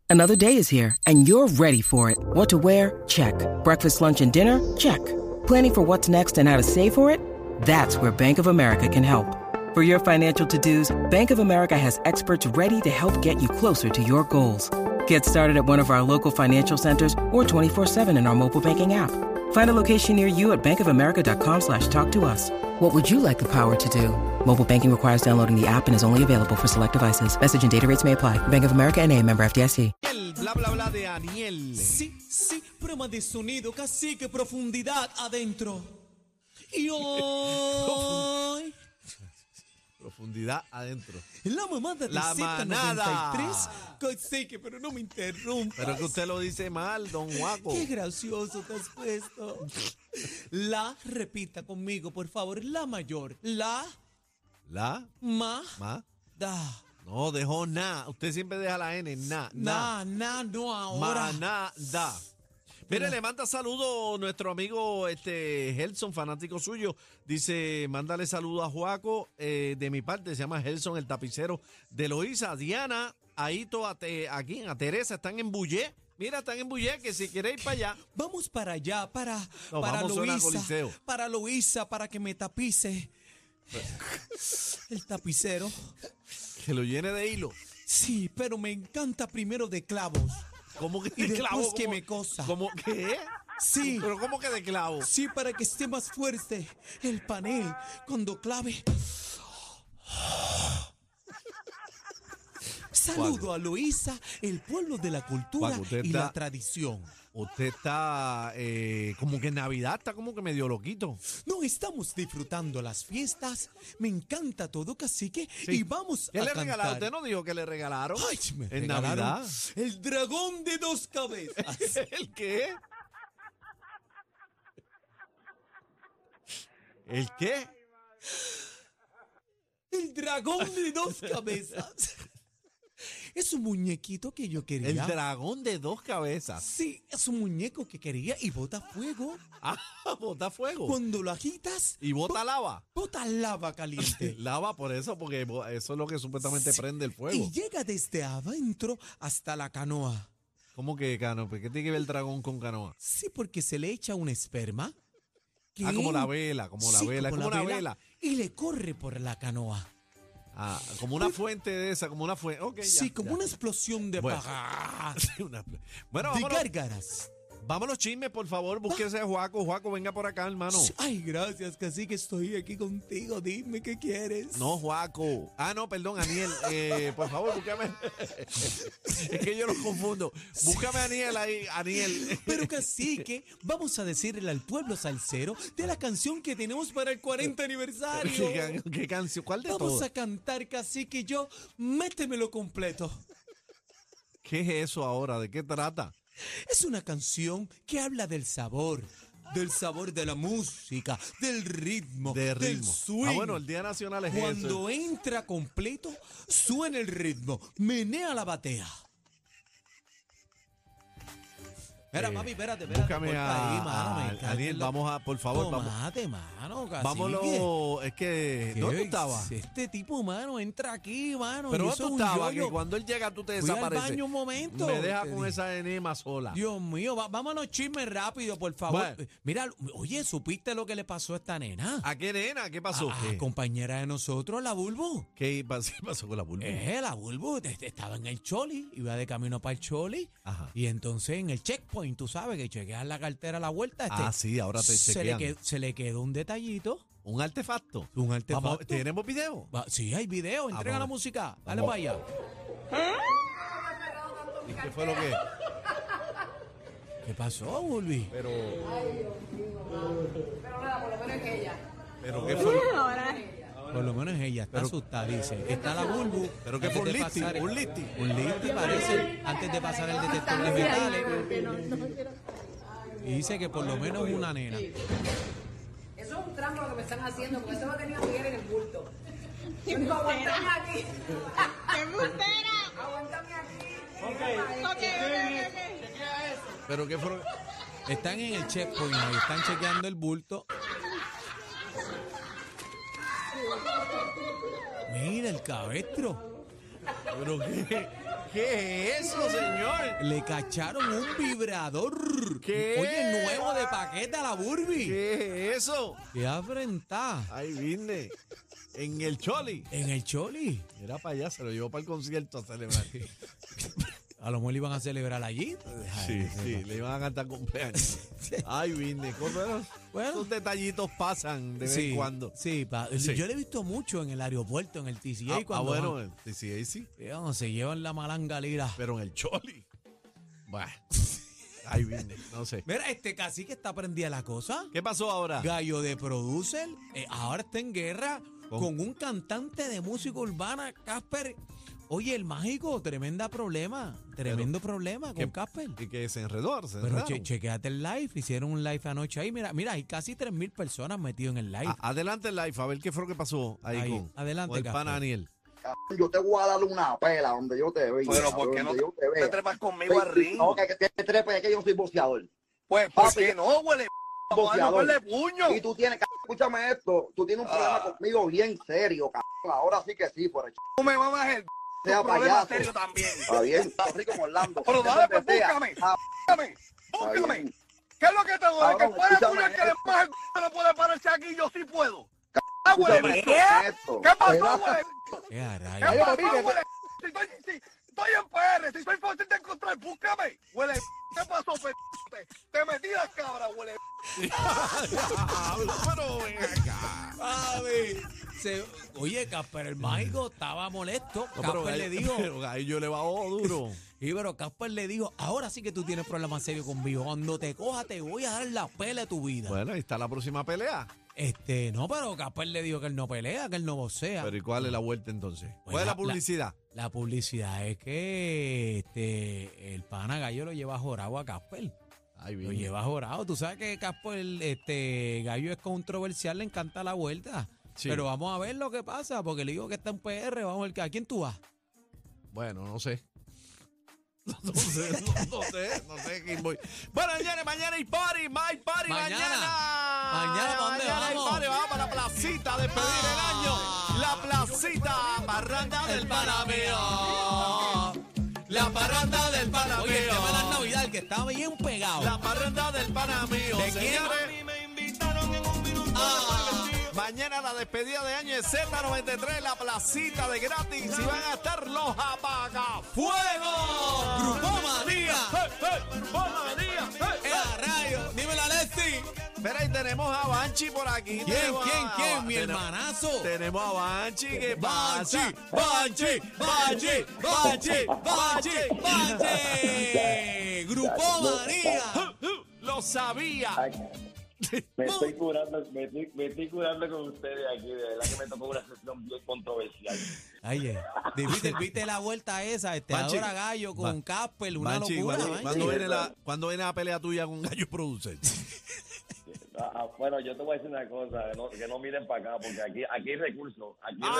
Another day is here, and you're ready for it. What to wear? Check. Breakfast, lunch, and dinner? Check. Planning for what's next and how to save for it? That's where Bank of America can help. For your financial to-dos, Bank of America has experts ready to help get you closer to your goals. Get started at one of our local financial centers or 24/7 in our mobile banking app. Find a location near you at bankofamerica.com/talktous. What would you like the power to do? Mobile banking requires downloading the app and is only available for select devices. Message and data rates may apply. Bank of America N.A., member FDIC. El bla bla bla de Aniel. Sí, prueba de sonido, cacique, profundidad adentro. Y hoy... Profundidad adentro. La mamada de La manada. Z93. Cacique, pero no me interrumpas. Pero que usted lo dice mal, don Juaco. Qué gracioso te has puesto. La, repita conmigo, por favor. La mayor. La. Ma. Da. No, dejó na. Usted siempre deja la N. No ahora. Manada. Mire, le manda saludo nuestro amigo Gelson, fanático suyo. Dice, mándale saludo a Juaco de mi parte. Se llama Gelson, el tapicero de Loíza. Diana, Aito, a Teresa, están en Bullé. Mira, están en Bullé, que si quiere ir para allá. Vamos para allá, para Coliseo. Para Loíza, para que me tapice. El tapicero. Que lo llene de hilo. Sí, pero me encanta primero de clavos. ¿Cómo que y de clavo? después que me cosa. ¿Cómo qué? Sí. ¿Pero cómo que de clavo? Sí, para que esté más fuerte el panel cuando clave. Saludo a Loíza, el pueblo de la cultura y la tradición. Usted está como que en Navidad está como que medio loquito. No, estamos disfrutando las fiestas. Me encanta todo, cacique. Sí. Y vamos a ¿Qué le cantar. regalaron? ¿Usted no dijo que le regalaron? Ay, me en regalaron Navidad. El dragón de 2 cabezas. ¿El qué? ¿El qué? El dragón de 2 cabezas. Es un muñequito que yo quería. El dragón de 2 cabezas. Sí, es un muñeco que quería y bota fuego. Ah, bota fuego. Cuando lo agitas. Y bota lava. Bota lava caliente. Lava por eso, porque eso es lo que supuestamente prende el fuego. Y llega desde adentro hasta la canoa. ¿Cómo que canoa? ¿Por qué tiene que ver el dragón con canoa? Sí, porque se le echa un esperma. Como la vela, como la vela. Y le corre por la canoa. Ah, como una fuente de esa, como una fuente. Okay, sí, como una explosión de paja. Bueno, de gárgaras. Vámonos chismes, por favor, búsquese a Juaco. Juaco, venga por acá, hermano. Ay, gracias, cacique, estoy aquí contigo. Dime qué quieres. No, Juaco. Ah, no, perdón, Aniel. Por favor, búscame. Es que yo los confundo. Búscame a Aniel ahí, Aniel. Pero cacique, vamos a decirle al pueblo salsero de la canción que tenemos para el 40 aniversario. ¿Qué canción? ¿Cuál de todas? Vamos a cantar, cacique, yo, métemelo completo. ¿Qué es eso ahora? ¿De qué trata? Es una canción que habla del sabor de la música, del ritmo, del swing. Ah, bueno, el Día Nacional es Cuando entra completo, suena el ritmo, menea la batea. Mira, papi, espérate. Búscame a Daniel, vamos a, por favor. Tomate, mano, cacique. Vámonos, es que, ¿dónde tú estabas? Este tipo, mano, entra aquí, mano. Pero ¿dónde tú estabas? Que cuando él llega tú te desapareces. Fui al baño un momento. Me deja con esa enema sola. Dios mío, vámonos chismes rápido, por favor. Bueno. Mira, oye, ¿supiste lo que le pasó a esta nena? ¿A qué nena? ¿Qué pasó? A compañera de nosotros, la Bulbo. ¿Qué pasó con la Bulbo? La Bulbo estaba en el Choli, iba de camino para el Choli. Ajá. Y entonces en el checkpoint, tú sabes que chequeas la cartera a la vuelta. Sí, ahora te chequean. Se le quedó un detallito. ¿Un artefacto? Un artefacto. Vamos, ¿tenemos video? Sí, hay video. Entrega la música. Dale para allá. ¿Y qué fue lo que...? ¿Qué pasó, Bulbi? Pero... Ay, Dios mío. Pero nada, por lo menos es ella. ¿Pero qué fue? Por lo menos ella está asustada, dice. Está la Bulbu. ¿Pero qué fue un listing? ¿Un listing? Un listing parece, antes de pasar el detector de metales. Y dice que por lo menos una nena. Eso es un trampo lo que me están haciendo, porque eso lo tenía Miguel en el bulto. Yo digo, aguántame aquí. ¡Qué embustera! Aguántame aquí. Ok. ¿Pero qué fue? Están en el checkpoint ahí, están chequeando el bulto. Mira el cabestro. ¿Pero qué? ¿Qué es eso, señor? Le cacharon un vibrador. ¿Qué? Oye, nuevo de paquete a la Burby. ¿Qué es eso? ¿Qué afrenta? Ahí vine. En el Choli. En el Choli. Era para allá, se lo llevó para el concierto a celebrar. A lo mejor le iban a celebrar allí. Sí, le iban a cantar cumpleaños. Ay, vine. Bueno. Esos detallitos pasan de vez en cuando. Sí, Sí. Yo lo he visto mucho en el aeropuerto, en el TCA. Cuando bueno, sí. se llevan la malanga lira. Pero en el Choli. Bueno. Ahí vine, no sé. Mira, este cacique está prendida la cosa. ¿Qué pasó ahora? Gallo de producer, ahora está en guerra con un cantante de música urbana, Casper. Oye, el mágico, tremendo problema con Casper. Y que se enredó, Pero chequéate el live, hicieron un live anoche ahí. Mira, hay casi 3,000 personas metidas en el live. Adelante el live, a ver qué fue lo que pasó ahí. Adelante, con el Casper. pana Daniel. Yo te voy a dar una pela donde yo te vea. Pero ¿por qué no te trepas conmigo al ring? No, que te trepes, es que yo no soy boxeador. Pues, ¿por qué no, huele? Vamos a Boxeador. darle puño. Y tú tienes, escúchame esto, tú tienes un problema conmigo bien serio, cabrón. Ahora sí que sí, por el Tú me mamas el sea problema payaso. serio también. Está bien, está así como Orlando. Pero dale, pues búscame. Búscame. bien. ¿Qué es lo que te duele? Cabrón, Que fuera escúchame tuyo que le esto. más el no puede pararse aquí, yo sí puedo. Ah, Escúchame huele. esto, ¿Qué? esto. ¿Qué pasó, ¿Verdad? huele? Qué a ¿Qué rayos. Ay, pasó, papi, que- huele? Si estoy en PR, si soy fácil de encontrar, búscame. Huele. ¿Qué pasó, te metí la cabra, huele. Pero ven acá. Oye, Casper, el mágico estaba molesto. No, pero Casper le dijo. Pero ahí yo le bajo duro. Y pero Casper le dijo, ahora sí que tú tienes problemas serios conmigo. Cuando te coja te voy a dar la pelea de tu vida. Bueno, ahí está la próxima pelea. No, pero Casper le dijo que él no pelea, que él no boxea. Pero ¿y cuál es la vuelta entonces? Pues ¿Cuál es la- la publicidad? La publicidad es que el pana Gallo lo lleva jorado a Casper. Ahí Lo viene. lleva jorado. Tú sabes que Casper, Gallo es controversial, le encanta la vuelta. Sí. Pero vamos a ver lo que pasa, porque le digo que está en PR, vamos a ver, ¿a quién tú vas? Bueno, no sé. No sé quién voy. Bueno, señores, mañana hay party, my party, mañana. Mañana, ¿para dónde Mañana hay vamos? party, vamos para la placita, despedir el año. La placita, parranda del Panameo. La parranda del Panameo. Oye, el tema de la Navidad, el que estaba bien pegado. La parranda del Panameo. ¿De quién? Señores, me invitaron en un minuto. Mañana la despedida de año de Z93, la placita de gratis. Y van a estar los apagafuegos. ¡Grupo Manía! ¡Grupo Manía! ¡A rayo! ¡Dímelo, Alexi! Espera, y tenemos a Banchi por aquí. ¿Quién? Tenemos a- Mi tenemos- hermanazo. Tenemos a Banchi. ¿Qué Banchi, pasa? Banchi, Banchi, Banchi, Banchi, Banchi. Grupo Manía. Lo sabía. Me estoy curando con ustedes aquí, de verdad que me tocó una sesión bien controversial. Ay, ¿viste la vuelta esa? Banchi. Ahora Gallo con Casper, una Banchi, locura. ¿cuándo Banchi. viene la pelea tuya con Gallo Producer? Bueno, yo te voy a decir una cosa, que no miren para acá, porque aquí hay recursos.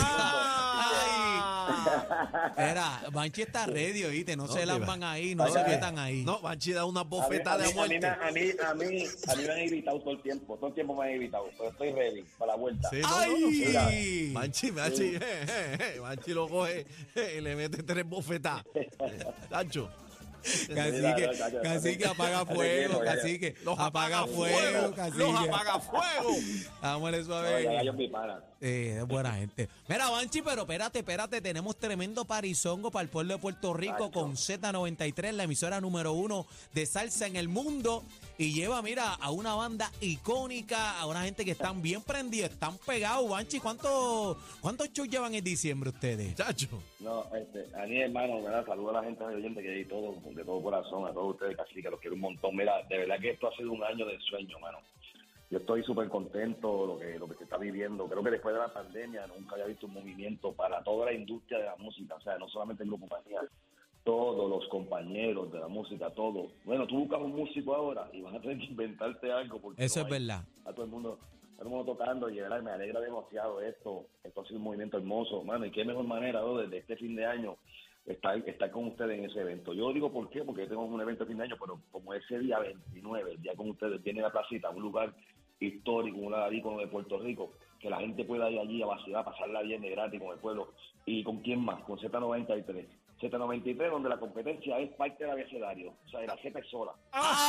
Espera, Banchi está ready, oíste, no se que las va. van ahí, no se metan ahí. No, Banchi da una A mí, bofetada de muerte. a mí me han evitado todo el tiempo me han evitado, pero estoy ready para la vuelta. Sí, ¡Ay! Banchi, Banchi lo coge y le mete 3 bofetadas. Tacho. Cacique, apaga fuego, cacique. Apaga fuego, Los cacique. apagafuego. Dámosle Ya suave. yo mi pana. Es buena gente. Mira, Banchi, pero espérate. Tenemos tremendo parizongo para el pueblo de Puerto Rico con Z93, la emisora número 1 de salsa en el mundo. Y lleva, mira, a una banda icónica, a una gente que están bien prendidos, están pegados. Banchi, ¿cuántos shows llevan en diciembre ustedes? Chacho. No, a mí, hermano, ¿verdad? Saludo a la gente oyente que hay todo, de todo corazón, a todos ustedes, casi que los quiero un montón. Mira, de verdad que esto ha sido un año de sueño, mano. Yo estoy súper contento lo que se está viviendo. Creo que después de la pandemia nunca había visto un movimiento para toda la industria de la música, o sea, no solamente el grupo Manía, todos los compañeros de la música, todo. Bueno, tú buscas un músico ahora y vas a tener que inventarte algo. Porque Eso no es hay verdad. a todo el mundo tocando y de verdad me alegra demasiado esto ha sido un movimiento hermoso, mano, y qué mejor manera, ¿no? Desde este fin de año estar con ustedes en ese evento. Yo digo por qué, porque yo tengo un evento de fin de año, pero como ese día 29, el día con ustedes, viene la placita, un lugar histórico, un lugar ícono de Puerto Rico, que la gente pueda ir allí a vacilar, a pasarla bien de gratis con el pueblo. ¿Y con quién más? Con Z93. Z93, donde la competencia es parte del abecedario. O sea, de la Z es sola.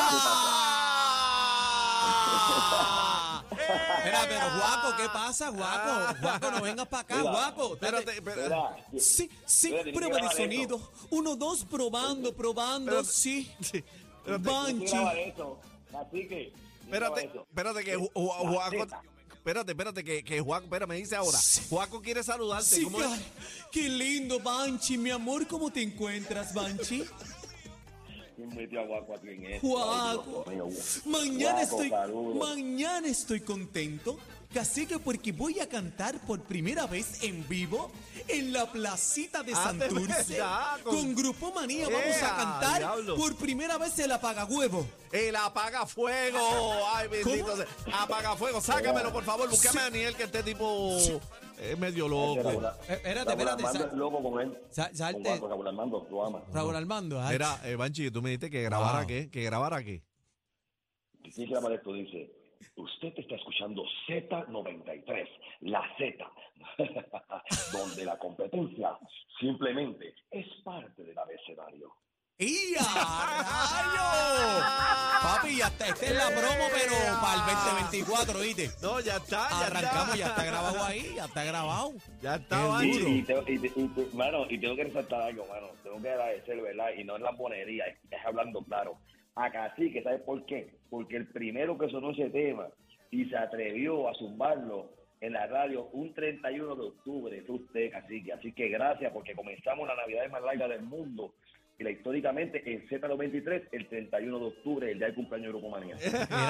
Mira, pero Juaco, ¿qué pasa, Juaco? Juaco, no vengas para acá, Mira, Juaco. Espérate, Mira, Sí, mira, tienes prueba que de grabar sonido. eso. 1, 2, probando, Espérate. sí. Sí, Tienes que Banchi. grabar eso. Así que... espérate que Juaco, espérate que Juaco, me dice ahora, Juaco quiere saludarte. Sí, ¿Cómo cara. Qué lindo, Banchi, mi amor, ¿cómo te encuentras, Banchi? ¿Quién metió a Guaco aquí en esto? Juaco, Ay, Dios mío. mañana Guaco, estoy contento, Cacique, porque voy a cantar por primera vez en vivo en la placita de de Santurce. verdad, Con Grupo Manía vamos a cantar diablo. por primera vez el apagahuevo. El apagafuego. Ay, bendito sea. Apagafuego. Sácamelo, por favor. Búscame a Daniel, que este tipo es medio loco. Espérate, Raúl Armando es loco con él. Salte. Con Guaco, Raúl Armando, lo ama. Raúl Armando, ay. Mira, Banchi, tú me dijiste que grabara Wow. qué. ¿Que grabara qué? Sí, que la esto dice, usted está escuchando Z93, la Z, donde la competencia simplemente es parte del abecedario. ¡Ya, rayo! Papi, ya está, esta es la promo, pero para el 2024, ¿viste? No, ya está, ya Arrancamos, está. ya está grabado ahí, ya está grabado. Ya está, Qué Banchi. duro. Mano, y tengo que resaltar algo, mano. Tengo que agradecer, ¿verdad? Y no es la monería, es hablando claro. A Cacique, ¿sabes por qué? Porque el primero que sonó ese tema y se atrevió a zumbarlo en la radio un 31 de octubre, fue usted, Cacique. Así que gracias, porque comenzamos la Navidad más larga del mundo. Y la, históricamente, en Z93, el 31 de octubre, el día del cumpleaños de Grupo Manía.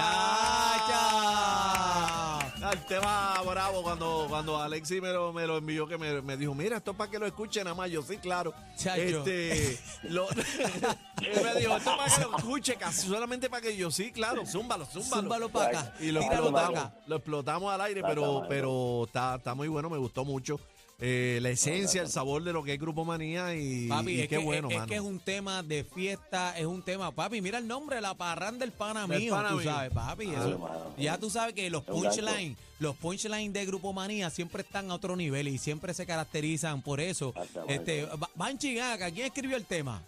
¡Gracias! El tema bravo cuando Alexi me lo envió, que me dijo, mira, esto es para que lo escuchen nada más. Yo, sí, claro. Chacho. Él me dijo, esto es para que lo escuche, casi solamente para que yo, sí, claro, zúmbalo. Zúmbalo para acá. Y lo Tíralo para explotamos, acá. lo explotamos al aire, Exactamente. pero está muy bueno, me gustó mucho. La esencia, el sabor de lo que es Grupo Manía y, Papi, y es qué que, bueno, es mano. que es un tema de fiesta, es un tema, papi, mira el nombre, la parranda del pana Del mío, pana tú mío. sabes, papi, eso, mano. ya tú sabes que los Es un gancho. punchlines de Grupo Manía siempre están a otro nivel y siempre se caracterizan por eso. Exactamente. Banchi, acá, ¿quién escribió el tema?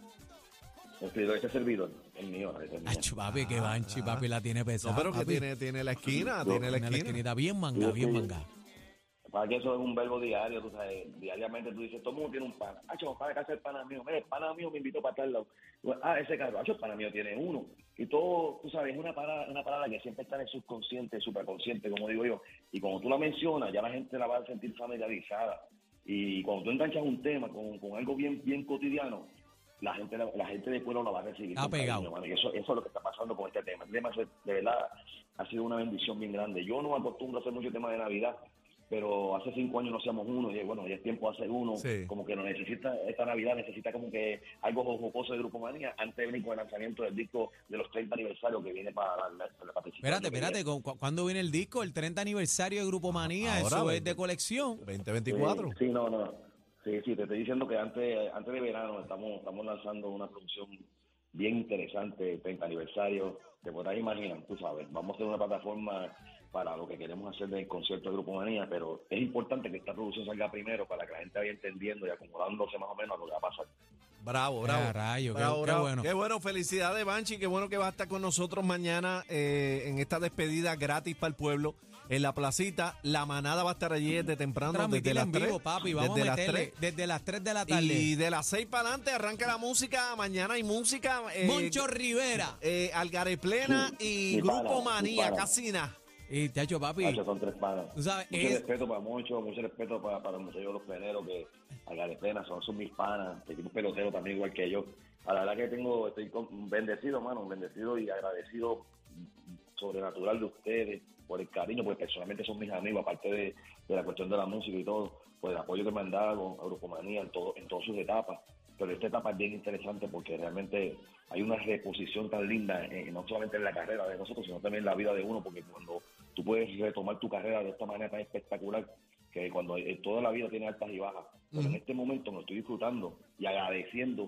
Ese servidor, el mío, ese es mío. Acho, papi, que Banchi, papi, la tiene pesada. No, pero que papi. tiene la esquina, Yo- tiene la Tiene la esquina. esquinita bien manga, Yo bien sí. manga. Para que eso es un verbo diario, tú sabes, diariamente tú dices, todo el mundo tiene un pana. Vamos para casa del pana mío. Mira, el pana mío me invitó para tal lado. Ese carro, el pana mío tiene uno. Y todo, tú sabes, es una palabra que siempre está en el subconsciente, superconsciente, como digo yo. Y cuando tú la mencionas, ya la gente la va a sentir familiarizada. Y cuando tú enganchas un tema con algo bien cotidiano, la gente de pueblo la va a recibir. Está con cariño, pegado. mano. Y eso es lo que está pasando con este tema. Este tema de verdad ha sido una bendición bien grande. Yo no acostumbro a hacer mucho tema de Navidad, pero hace 5 años no hacíamos uno y bueno, ya es tiempo de hacer uno. Sí. Como que lo necesita, esta Navidad necesita como que algo jocoso de Grupo Manía antes de venir con el lanzamiento del disco de los 30 aniversarios que viene para la participación. Espérate, ¿cuándo viene el disco? El 30 aniversario de Grupo Manía, Ahora, eso es 20. de colección. 2024. Sí, no. Sí, te estoy diciendo que antes de verano estamos lanzando una producción bien interesante, 30 aniversario. Te podrás imaginar, tú sabes, vamos a hacer una plataforma para lo que queremos hacer del concierto de Grupo Manía, pero es importante que esta producción salga primero para que la gente vaya entendiendo y acomodándose más o menos a lo que va a pasar. Bravo. Rayo, qué bueno. Qué bueno, felicidades, Banchi. Qué bueno que va a estar con nosotros mañana en esta despedida gratis para el pueblo. En la placita, la manada va a estar allí desde temprano, desde Transmitir las en 3. vivo, papi, vamos desde a las meterle 3. desde las 3 de la tarde. Y de las 6 para adelante arranca la música. Mañana hay música. Moncho Rivera. Algaré Plena y Mi Grupo pana, mi Manía, pana. Casina. Y Chacho, papi, Hacho, son 3 panas. tú sabes, Mucho respeto para Moncho, mucho respeto para los muchachos de los pleneros que acá de plena son mis panas, que tienen un pelotero también igual que yo. A la verdad que estoy bendecido, mano, bendecido y agradecido sobrenatural de ustedes por el cariño, porque personalmente son mis amigos, aparte de la cuestión de la música y todo, por el apoyo que me han dado a Grupo Manía en todas sus etapas. Pero esta etapa es bien interesante porque realmente hay una reposición tan linda, no solamente en la carrera de nosotros, sino también en la vida de uno, porque cuando tú puedes retomar tu carrera de esta manera tan espectacular, que cuando toda la vida tiene altas y bajas, pero en este momento me estoy disfrutando y agradeciendo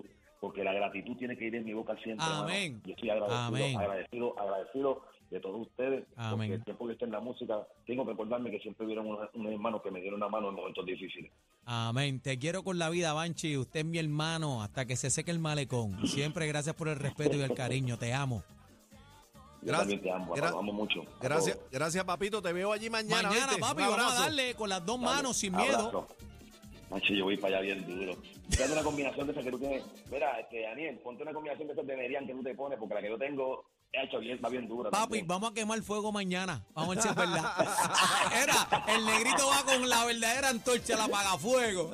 porque la gratitud tiene que ir en mi boca siempre. Amén. Hermano. Yo estoy agradecido de todos ustedes, Amén. porque el tiempo que esté en la música, tengo que recordarme que siempre hubieron unos hermanos que me dieron una mano en momentos difíciles. Amén. Te quiero con la vida, Banchi. Usted es mi hermano hasta que se seque el malecón. Siempre gracias por el respeto y el cariño. Te amo. Yo también te amo, lo amo mucho. Gracias, papito. Te veo allí mañana. Mañana, ¿viste? papi, Un vamos a abrazo. darle con las dos manos, sin miedo. Abrazo. Macho, yo voy para allá bien duro. Date una combinación de esas que tú tienes. Mira, Daniel, ponte una combinación de esas de Merian que tú te pones, porque la que yo tengo va bien dura. Papi, también. vamos a quemar fuego mañana. Vamos a ver si es verdad. El negrito va con la verdadera antorcha, la apagafuego.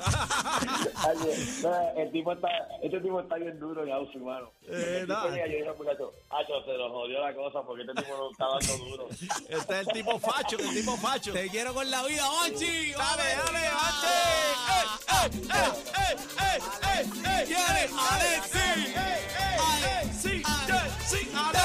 Este tipo está bien duro en Austin, hermano. nada. Yo dije, muchacho, se nos jodió la cosa porque este tipo no está dando duro. Este es el tipo facho, Te quiero con la vida, Banchi. Dale, Banchi. ¿Quién es? Alexis. Sí,